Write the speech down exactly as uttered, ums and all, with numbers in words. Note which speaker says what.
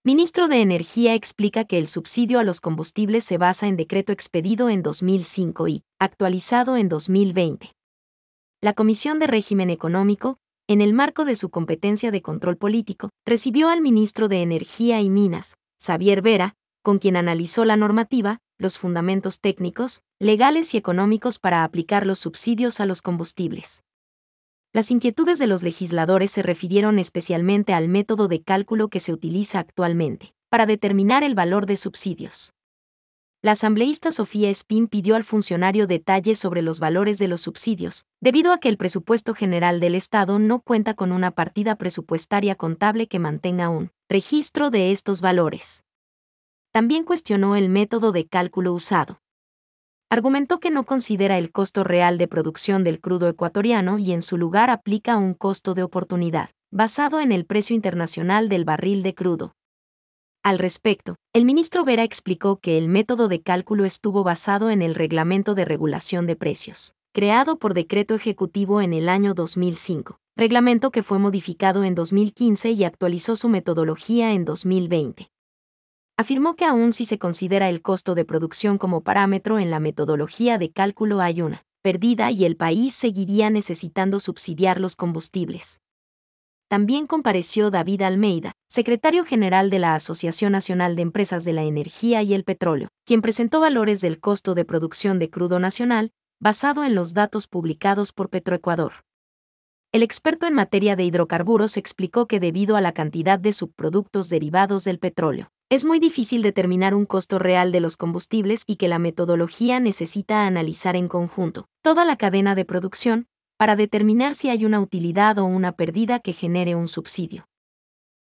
Speaker 1: Ministro de Energía explica que el subsidio a los combustibles se basa en decreto expedido en dos mil cinco y actualizado en dos mil veinte. La Comisión de Régimen Económico, en el marco de su competencia de control político, recibió al ministro de Energía y Minas, Xavier Vera, con quien analizó la normativa, los fundamentos técnicos, legales y económicos para aplicar los subsidios a los combustibles. Las inquietudes de los legisladores se refirieron especialmente al método de cálculo que se utiliza actualmente para determinar el valor de subsidios. La asambleísta Sofía Espín pidió al funcionario detalles sobre los valores de los subsidios, debido a que el presupuesto general del Estado no cuenta con una partida presupuestaria contable que mantenga un registro de estos valores. También cuestionó el método de cálculo usado. Argumentó que no considera el costo real de producción del crudo ecuatoriano y en su lugar aplica un costo de oportunidad, basado en el precio internacional del barril de crudo. Al respecto, el ministro Vera explicó que el método de cálculo estuvo basado en el Reglamento de Regulación de Precios, creado por decreto ejecutivo en el año dos mil cinco, reglamento que fue modificado en dos mil quince y actualizó su metodología en dos mil veinte. Afirmó que aun si se considera el costo de producción como parámetro en la metodología de cálculo hay una pérdida y el país seguiría necesitando subsidiar los combustibles. También compareció David Almeida, secretario general de la Asociación Nacional de Empresas de la Energía y el Petróleo, quien presentó valores del costo de producción de crudo nacional, basado en los datos publicados por Petroecuador. El experto en materia de hidrocarburos explicó que debido a la cantidad de subproductos derivados del petróleo, es muy difícil determinar un costo real de los combustibles y que la metodología necesita analizar en conjunto toda la cadena de producción para determinar si hay una utilidad o una pérdida que genere un subsidio.